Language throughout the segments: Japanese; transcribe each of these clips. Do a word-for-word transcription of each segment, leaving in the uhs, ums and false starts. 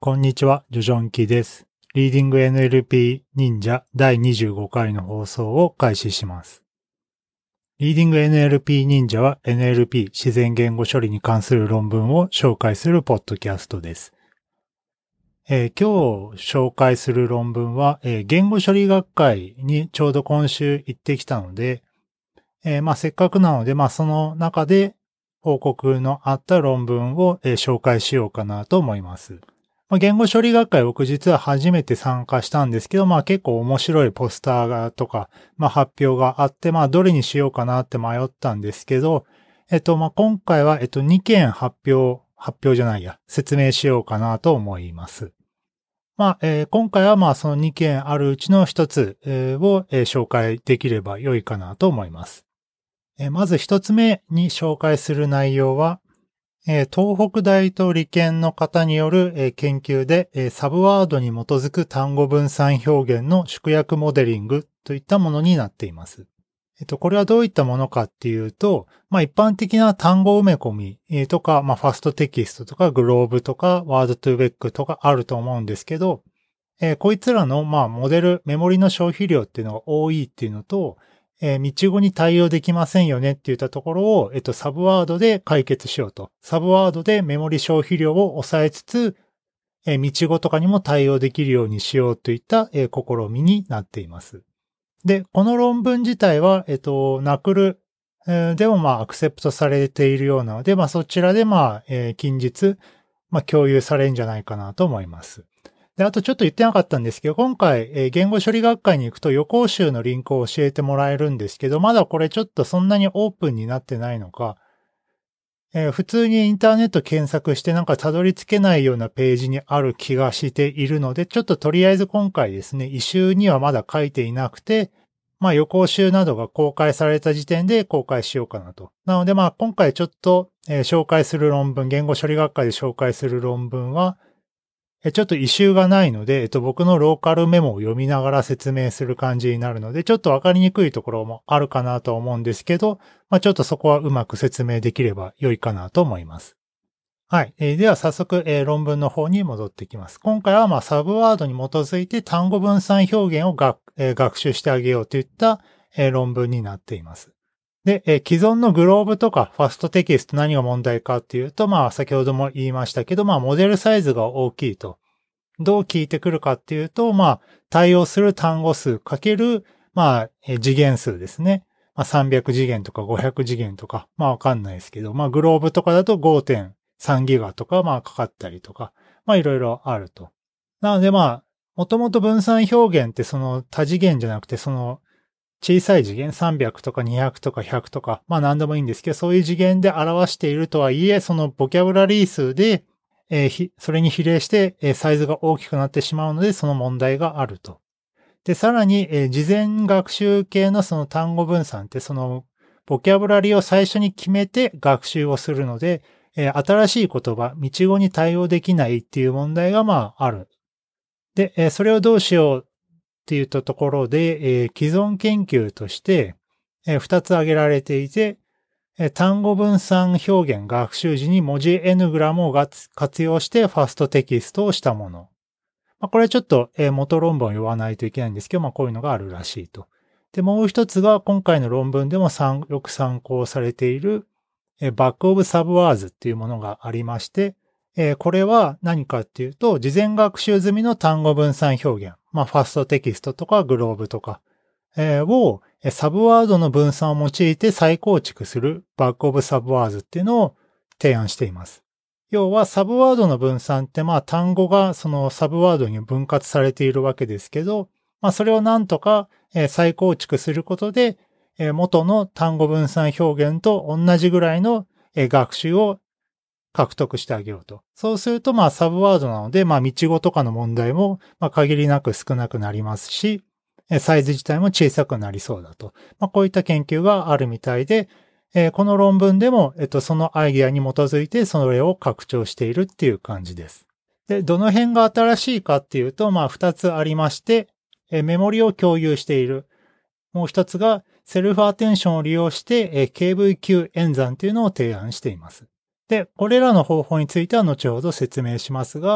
こんにちは、ジョジョンキです。リーディング エヌエルピー 忍者だいにじゅうごかいの放送を開始します。リーディング エヌエルピー 忍者は エヌエルピー 自然言語処理に関する論文を紹介するポッドキャストです。えー、今日紹介する論文は、えー、言語処理学会にちょうど今週行ってきたので、えーまあ、せっかくなので、まあ、その中で報告のあった論文を、えー、紹介しようかなと思います。まあ、言語処理学会僕実は初めて参加したんですけど、まあ結構面白いポスターがとか、まあ発表があって、まあどれにしようかなって迷ったんですけど、えっとまあ今回はえっとにけん発表、発表じゃないや、説明しようかなと思います。まあ、えー、今回はまあそのにけんあるうちのひとつ、えー、を、えー、紹介できれば良いかなと思います。えー、まずひとつめに紹介する内容は、東北大と理研の方による研究でサブワードに基づく単語分散表現の縮約モデリングといったものになっています。これはどういったものかっていうと、まあ、一般的な単語埋め込みとか、まあ、ファストテキストとかグローブとかワードトゥーベックとかあると思うんですけど、こいつらのまあモデル、メモリの消費量っていうのが多いっていうのと、えー、道語に対応できませんよねって言ったところを、えっと、サブワードで解決しようと。サブワードでメモリ消費量を抑えつつ、えー、道語とかにも対応できるようにしようといった、えー、試みになっています。で、この論文自体は、えっと、ナクル、えー、でもまあ、アクセプトされているようなので、まあ、そちらでまあ、えー、近日、まあ、共有されるんじゃないかなと思います。で、あとちょっと言ってなかったんですけど、今回、えー、言語処理学会に行くと予講集のリンクを教えてもらえるんですけど、まだこれちょっとそんなにオープンになってないのか、えー、普通にインターネット検索してなんかたどり着けないようなページにある気がしているので、ちょっととりあえず今回ですね、イシューにはまだ書いていなくて、まあ予講集などが公開された時点で公開しようかなと。なのでまあ今回ちょっと、えー、紹介する論文、言語処理学会で紹介する論文は、ちょっとイシューがないので、えっと、僕のローカルメモを読みながら説明する感じになるので、ちょっとわかりにくいところもあるかなと思うんですけど、まあ、ちょっとそこはうまく説明できれば良いかなと思います。はい。えー、では早速、えー、論文の方に戻ってきます。今回はまあサブワードに基づいて単語分散表現を学、えー、学習してあげようといった、えー、論文になっています。で、えー、既存のグローブとかファストテキスト何が問題かっていうと、まあ先ほども言いましたけど、まあモデルサイズが大きいと。どう聞いてくるかっていうと、まあ対応する単語数かける、まあ、えー、次元数ですね。まあさんびゃく次元とかごひゃく次元とか、まあわかんないですけど、まあグローブとかだと ごてんさんギガとかまあかかったりとか、まあいろいろあると。なのでまあ、もともと分散表現ってその多次元じゃなくてその小さい次元さんびゃくとかにひゃくとかひゃくとか、まあ何でもいいんですけど、そういう次元で表しているとはいえ、そのボキャブラリー数で、えー、それに比例して、えー、サイズが大きくなってしまうので、その問題があると。で、さらに、えー、事前学習系のその単語分散って、そのボキャブラリーを最初に決めて学習をするので、えー、新しい言葉、道語に対応できないっていう問題がまあある。で、えー、それをどうしようっていったところで、えー、既存研究として、えー、ふたつ挙げられていて、えー、単語分散表現学習時に文字 N グラムを活用してファストテキストをしたもの。まあ、これはちょっと、えー、元論文を言わないといけないんですけど、まあこういうのがあるらしいと。で、もう一つが今回の論文でもよく参考されている、えー、バックオブサブワーズっていうものがありまして、えー、これは何かっていうと、事前学習済みの単語分散表現。まあ、ファストテキストとかグローブとか、えー、をサブワードの分散を用いて再構築するバックオブサブワーズっていうのを提案しています。要はサブワードの分散ってまあ単語がそのサブワードに分割されているわけですけど、まあそれをなんとか再構築することで元の単語分散表現と同じぐらいの学習を獲得してあげようと。そうすると、まあ、サブワードなので、まあ、道語とかの問題も、まあ、限りなく少なくなりますし、サイズ自体も小さくなりそうだと。まあ、こういった研究があるみたいで、えー、この論文でも、えっと、そのアイディアに基づいて、それを拡張しているっていう感じです。で、どの辺が新しいかっていうと、まあ、二つありまして、えー、メモリを共有している。もう一つが、セルフアテンションを利用して、えー、ケーブイキュー 演算っていうのを提案しています。で、これらの方法については後ほど説明しますが、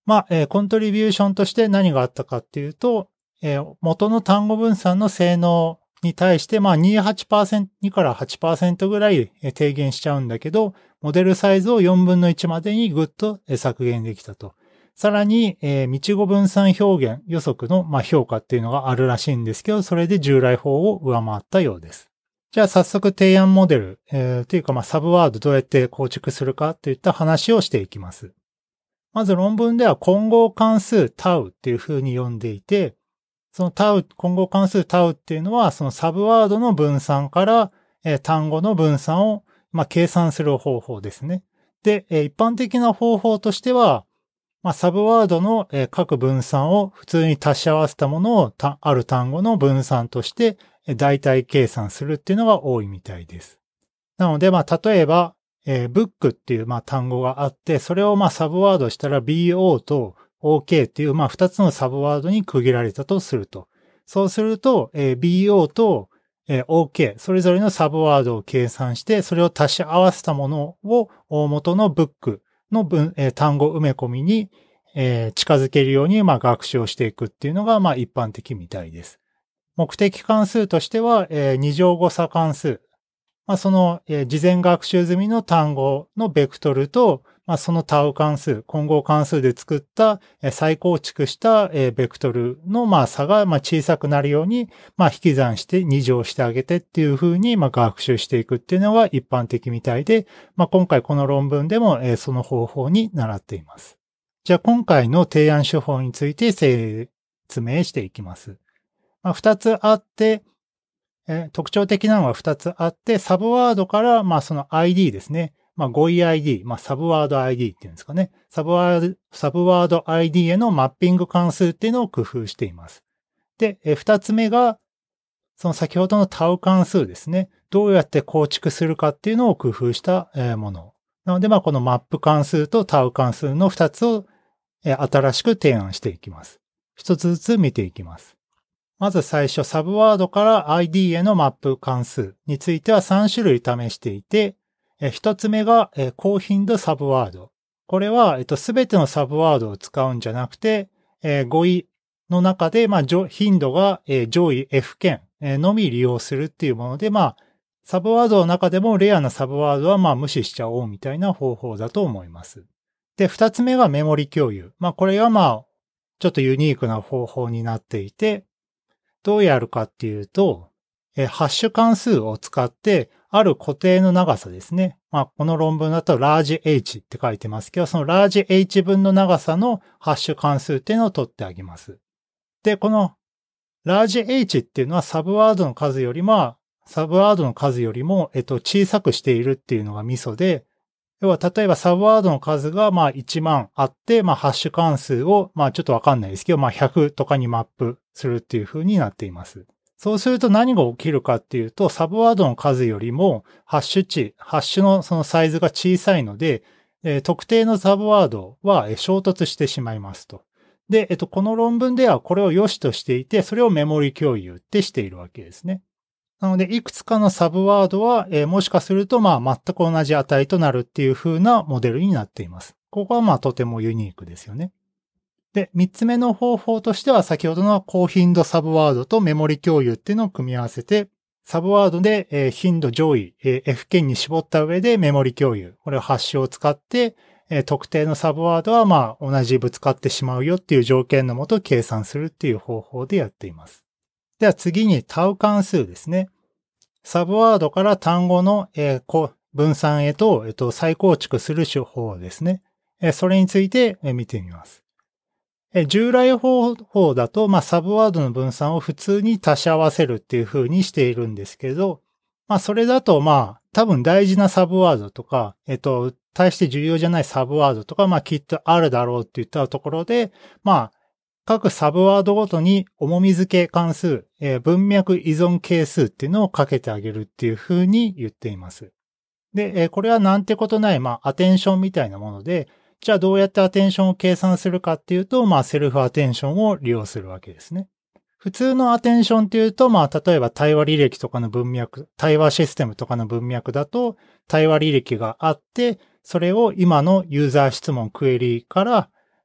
まあ、えー、コントリビューションとして何があったかっていうと、えー、元の単語分散の性能に対して、まあ、にじゅうはちパーセント、にからはちパーセントぐらい低減しちゃうんだけど、モデルサイズをよんぶんのいちまでにぐっと削減できたと。さらに、えー、未知語分散表現予測の、まあ、評価っていうのがあるらしいんですけど、それで従来法を上回ったようです。じゃあ早速提案モデル、えー、というかまあサブワードどうやって構築するかといった話をしていきます。まず論文では混合関数 タウ っていう風に呼んでいて、その タウ、混合関数 タウ っていうのはそのサブワードの分散から、えー、単語の分散を、まあ、計算する方法ですね。で、えー、一般的な方法としては、まあ、サブワードの各分散を普通に足し合わせたものをある単語の分散として代替計算するっていうのが多いみたいです。なので、まあ、例えば、えー、ブックっていうまあ単語があって、それをまあサブワードしたら ビーオー と オーケー っていうまあ二つのサブワードに区切られたとすると。そうすると、えー、ビーオー と、えー、オーケー、それぞれのサブワードを計算して、それを足し合わせたものを大元のブックの文、えー、単語埋め込みに、えー、近づけるようにまあ学習をしていくっていうのがまあ一般的みたいです。目的関数としては、えー、二乗誤差関数。まあ、その、えー、事前学習済みの単語のベクトルと、まあ、そのタウ関数、混合関数で作った、えー、再構築した、えー、ベクトルの、まあ、差が、まあ、小さくなるように、まあ、引き算して二乗してあげてっていう風に、まあ、学習していくっていうのが一般的みたいで、まあ、今回この論文でも、えー、その方法に習っています。じゃあ、今回の提案手法について説明していきます。まあ、二つあって、えー、特徴的なのが二つあって、サブワードから、まあその アイディー ですね。まあ語彙 アイディー、まあサブワード アイディー っていうんですかね。サブワード、サブワード アイディー へのマッピング関数っていうのを工夫しています。で、えー、二つ目が、その先ほどのタウ関数ですね。どうやって構築するかっていうのを工夫したもの。なので、まあこのマップ関数とタウ関数の二つを新しく提案していきます。一つずつ見ていきます。まず最初、サブワードから アイディー へのマップ関数についてはさん種類試していて、一つ目が高頻度サブワード。これはすべてのサブワードを使うんじゃなくて、語彙の中でまあ頻度が上位 F 圏のみ利用するっていうもので、まあ、サブワードの中でもレアなサブワードはまあ無視しちゃおうみたいな方法だと思います。で、二つ目がメモリ共有。まあ、これがまあ、ちょっとユニークな方法になっていて、どうやるかっていうと、えハッシュ関数を使って、ある固定の長さですね。まあ、この論文だと ラージ H って書いてますけど、その ラージ H 分の長さのハッシュ関数っていうのを取ってあげます。で、この ラージ H っていうのはサブワードの数よりも、サブワードの数よりも、えっと、小さくしているっていうのがミソで、要は、例えばサブワードの数が、まあ、いちまんあって、まあ、ハッシュ関数を、まあ、ちょっとわかんないですけど、まあ、ひゃくとかにマップするっていう風になっています。そうすると何が起きるかっていうと、サブワードの数よりも、ハッシュ値、ハッシュのそのサイズが小さいので、えー、特定のサブワードは衝突してしまいますと。で、えっと、この論文ではこれを良しとしていて、それをメモリ共有ってしているわけですね。なので、いくつかのサブワードは、えー、もしかすると、まあ、全く同じ値となるっていう風なモデルになっています。ここはまあ、とてもユニークですよね。で、三つ目の方法としては、先ほどの高頻度サブワードとメモリ共有っていうのを組み合わせて、サブワードで、えー、頻度上位、えー、F 圏に絞った上でメモリ共有。これをハッシュを使って、えー、特定のサブワードはまあ、同じぶつかってしまうよっていう条件のもと計算するっていう方法でやっています。では次にタウ関数ですね。サブワードから単語の、えー、分散へと、えー、と再構築する手法ですね。えー、それについて、えー、見てみます。えー、従来方法だと、まあ、サブワードの分散を普通に足し合わせるっていう風にしているんですけど、まあ、それだと、まあ、多分大事なサブワードとか、えっ、ー、と、対して重要じゃないサブワードとか、まあ、きっとあるだろうって言ったところで、まあ、各サブワードごとに重み付け関数、えー、文脈依存係数っていうのをかけてあげるっていう風に言っています。で、えー、これはなんてことない、まあ、アテンションみたいなもので、じゃあどうやってアテンションを計算するかっていうと、まあ、セルフアテンションを利用するわけですね。普通のアテンションっていうと、まあ、例えば対話履歴とかの文脈、対話システムとかの文脈だと、対話履歴があって、それを今のユーザー質問クエリから、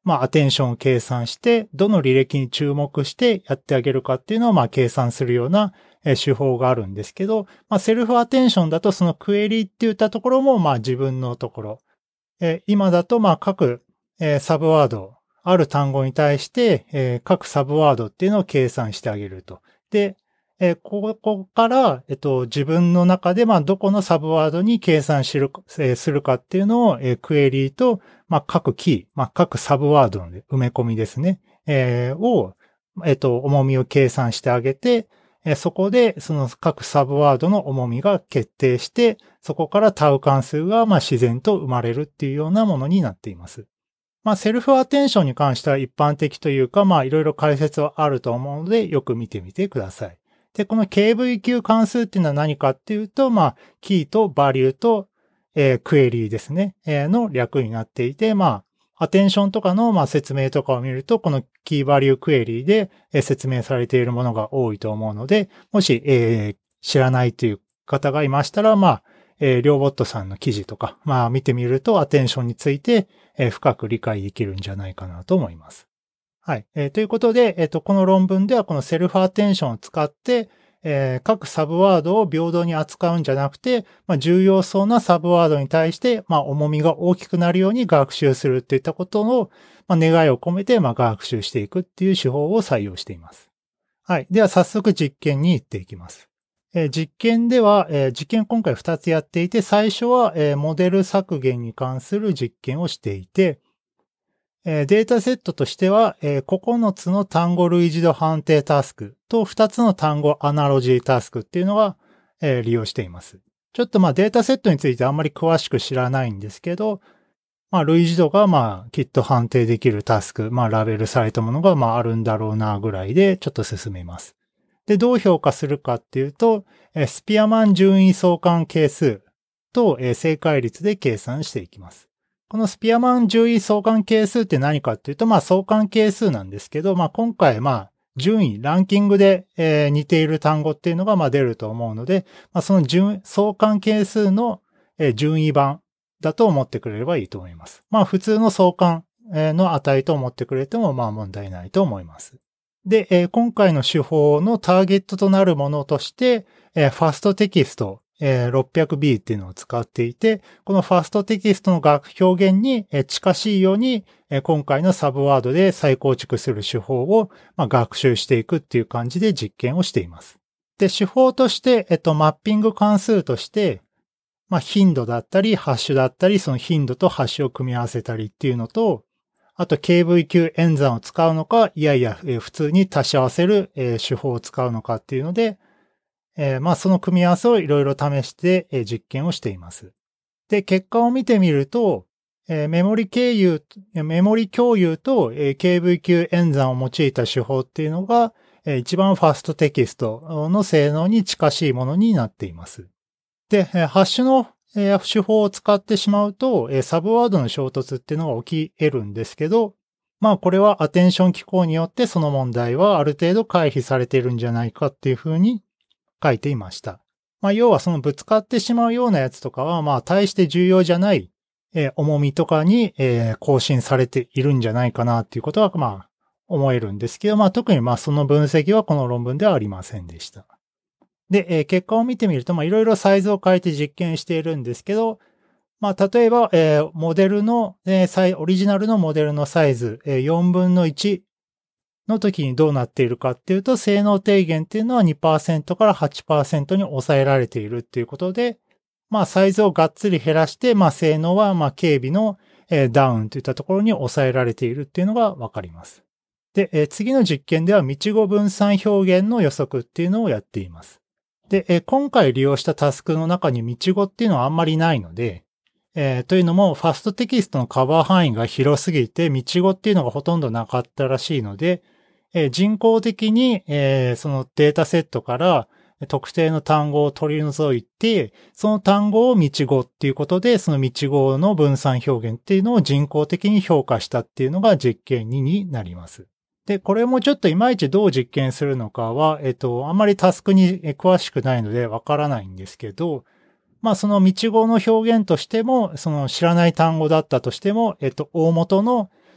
まあ、アテンションを計算して、どの履歴に注目してやってあげるかっていうのを、まあ、計算するような手法があるんですけど、まあ、セルフアテンションだとそのクエリって言ったところも、まあ、自分のところ。え今だと、まあ、各、えサブワード、ある単語に対して、え各サブワードっていうのを計算してあげると。で、えここから、えっと、自分の中で、まあ、どこのサブワードに計算する、えするかっていうのを、えクエリと、まあ、各キー、まあ、各サブワードの埋め込みですね、えー、を、えっと、重みを計算してあげて、えそこで、その各サブワードの重みが決定して、そこからタウ関数が、まあ、自然と生まれるっていうようなものになっています。まあ、セルフアテンションに関しては一般的というか、まあ、いろいろ解説はあると思うので、よく見てみてください。で、この ケーブイキュー 関数っていうのは何かっていうと、まあ、キーとバリューと、えー、クエリーですね、えー、の略になっていて、まあ、アテンションとかの、まあ、説明とかを見ると、このキーバリュークエリーで、えー、説明されているものが多いと思うので、もし、えー、知らないという方がいましたら、まあ、えー、リョーボットさんの記事とか、まあ、見てみると、アテンションについて、えー、深く理解できるんじゃないかなと思います。はい。えー、ということで、えっと、この論文ではこのセルフアテンションを使って、えー、各サブワードを平等に扱うんじゃなくて、まあ、重要そうなサブワードに対して、まあ、重みが大きくなるように学習するっていったことの、まあ、願いを込めて、まあ、学習していくっていう手法を採用しています。はい。では、早速実験に行っていきます。えー、実験では、えー、実験今回ふたつやっていて、最初は、えー、モデル削減に関する実験をしていて、データセットとしては、ここのつの単語類似度判定タスクとふたつの単語アナロジータスクっていうのが利用しています。ちょっとまあデータセットについてあんまり詳しく知らないんですけど、まあ類似度がまあきっと判定できるタスク、まあラベルされたものがまああるんだろうなぐらいでちょっと進めます。で、どう評価するかっていうと、スピアマン順位相関係数と正解率で計算していきます。このスピアマン順位相関係数って何かっていうと、まあ相関係数なんですけど、まあ今回まあ順位、ランキングで、えー、似ている単語っていうのがまあ出ると思うので、まあその順相関係数の、えー、順位版だと思ってくれればいいと思います。まあ普通の相関の値と思ってくれてもまあ問題ないと思います。で、えー、今回の手法のターゲットとなるものとして、えー、ファストテキスト、ろっぴゃくビー っていうのを使っていて、このファストテキストの表現に近しいように、今回のサブワードで再構築する手法を学習していくっていう感じで実験をしています。で、手法として、えっと、マッピング関数として、まあ、頻度だったり、ハッシュだったり、その頻度とハッシュを組み合わせたりっていうのと、あと ケーブイキュー 演算を使うのか、いやいや、普通に足し合わせる手法を使うのかっていうので、えー、まあその組み合わせをいろいろ試して、えー、実験をしています。で、結果を見てみると、えー、メモリ経由、メモリ共有と、えー、ケーブイキュー 演算を用いた手法っていうのが、えー、一番ファストテキストの性能に近しいものになっています。で、えー、ハッシュの、えー、手法を使ってしまうと、えー、サブワードの衝突っていうのが起き得るんですけど、まあこれはアテンション機構によってその問題はある程度回避されているんじゃないかっていうふうに書いていました。まあ、要はそのぶつかってしまうようなやつとかは、まあ、大して重要じゃない、えー、重みとかに、えー、更新されているんじゃないかなっていうことは、まあ、思えるんですけど、まあ、特にまあ、その分析はこの論文ではありませんでした。で、えー、結果を見てみると、まあ、いろいろサイズを変えて実験しているんですけど、まあ、例えば、えー、モデルの、えー、オリジナルのモデルのサイズ、えー、よんぶんのいちの時にどうなっているかっていうと、性能低減っていうのは にパーセント から はちパーセント に抑えられているっていうことで、まあサイズをがっつり減らして、まあ性能はまあ軽微のダウンといったところに抑えられているっていうのがわかります。で、次の実験では道語分散表現の予測っていうのをやっています。で、今回利用したタスクの中に道語っていうのはあんまりないので、えー、というのも、ファストテキストのカバー範囲が広すぎて、道語っていうのがほとんどなかったらしいので、えー、人工的に、えー、そのデータセットから特定の単語を取り除いて、その単語を道語っていうことで、その道語の分散表現っていうのを人工的に評価したっていうのが実験にになります。で、これもちょっといまいちどう実験するのかは、えっと、あんまりタスクに詳しくないのでわからないんですけど、まあその道語の表現としても、その知らない単語だったとしても、えっと、大元の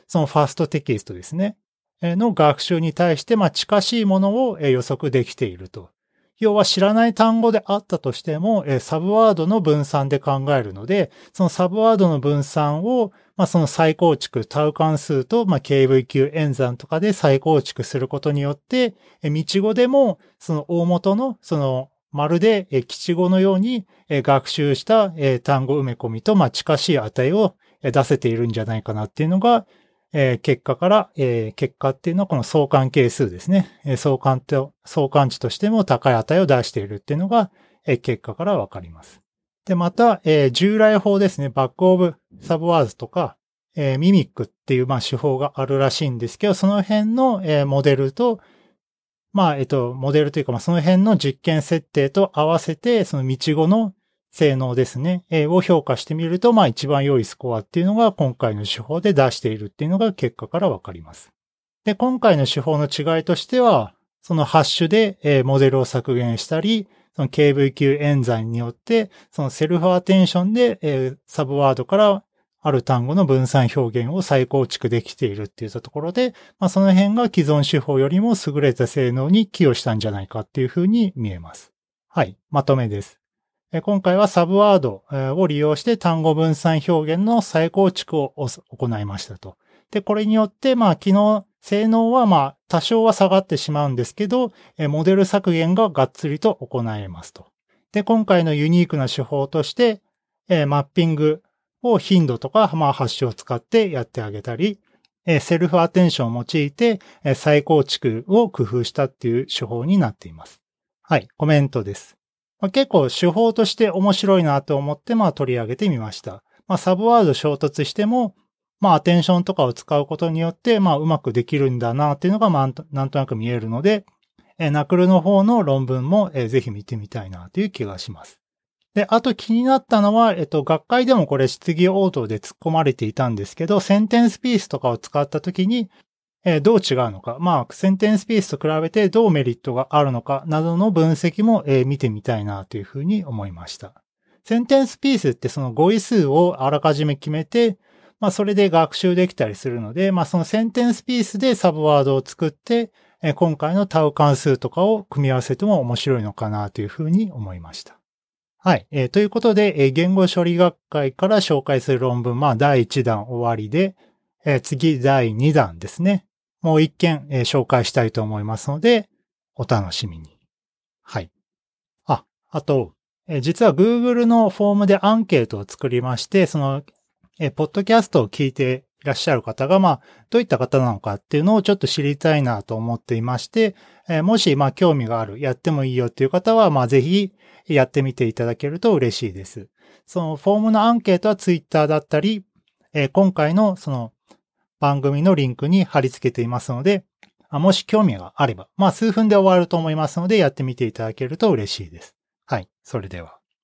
そのファストテキストですね。の学習に対して、まあ、近しいものを予測できていると。要は知らない単語であったとしても、サブワードの分散で考えるので、そのサブワードの分散を、まあ、その再構築、タウ関数と、まあ、ケーブイキュー 演算とかで再構築することによって、道語でも、その大元の、その、まるで基地語のように学習した単語埋め込みと、まあ、近しい値を出せているんじゃないかなっていうのが、結果から、結果っていうのはこの相関係数ですね。相関と、相関値としても高い値を出しているっていうのが、結果からわかります。で、また、従来法ですね。バックオブサブワーズとか、ミミックっていう、まあ、手法があるらしいんですけど、その辺のモデルと、まあ、えっと、モデルというか、まあ、その辺の実験設定と合わせて、その道語の性能ですね、えー、を評価してみると、まあ、一番良いスコアっていうのが今回の手法で出しているっていうのが結果からわかります。で、今回の手法の違いとしては、そのハッシュで、えー、モデルを削減したり、その ケーブイキュー 演算によって、そのセルフアテンションで、えー、サブワードからある単語の分散表現を再構築できているっていったところで、まあ、その辺が既存手法よりも優れた性能に寄与したんじゃないかっていうふうに見えます。はい、まとめです。今回はサブワードを利用して単語分散表現の再構築を行いましたと。で、これによって、まあ、機能、性能はまあ、多少は下がってしまうんですけど、モデル削減ががっつりと行えますと。で、今回のユニークな手法として、マッピングを頻度とか、まあ、ハッシュを使ってやってあげたり、セルフアテンションを用いて再構築を工夫したっていう手法になっています。はい、コメントです。まあ、結構手法として面白いなと思って、まあ、取り上げてみました。まあ、サブワード衝突しても、まあ、アテンションとかを使うことによって、まあ、うまくできるんだなっていうのが、まあ、なんとなく見えるので、ナクルの方の論文もぜひ見てみたいなという気がします。で、あと気になったのは、えっと、学会でもこれ質疑応答で突っ込まれていたんですけど、センテンスピースとかを使ったときに、えー、どう違うのか、まあ、センテンスピースと比べてどうメリットがあるのかなどの分析も、えー、見てみたいなというふうに思いました。センテンスピースってその語彙数をあらかじめ決めて、まあ、それで学習できたりするので、まあ、そのセンテンスピースでサブワードを作って、えー、今回のタウ関数とかを組み合わせても面白いのかなというふうに思いました。はい。えー、ということで、えー、言語処理学会から紹介する論文、まあ、だいいちだん終わりで、えー、次だいにだんですね。もう一件、えー、紹介したいと思いますので、お楽しみに。はい。あ、あと、えー、実は Google のフォームでアンケートを作りまして、その、えー、ポッドキャストを聞いていらっしゃる方が、まあ、どういった方なのかっていうのをちょっと知りたいなと思っていまして、えー、もし、まあ、興味がある、やってもいいよっていう方は、まあ、ぜひ、やってみていただけると嬉しいです。そのフォームのアンケートは Twitter だったり、えー、今回のその番組のリンクに貼り付けていますので、もし興味があれば、まあ数分で終わると思いますのでやってみていただけると嬉しいです。はい、それでは。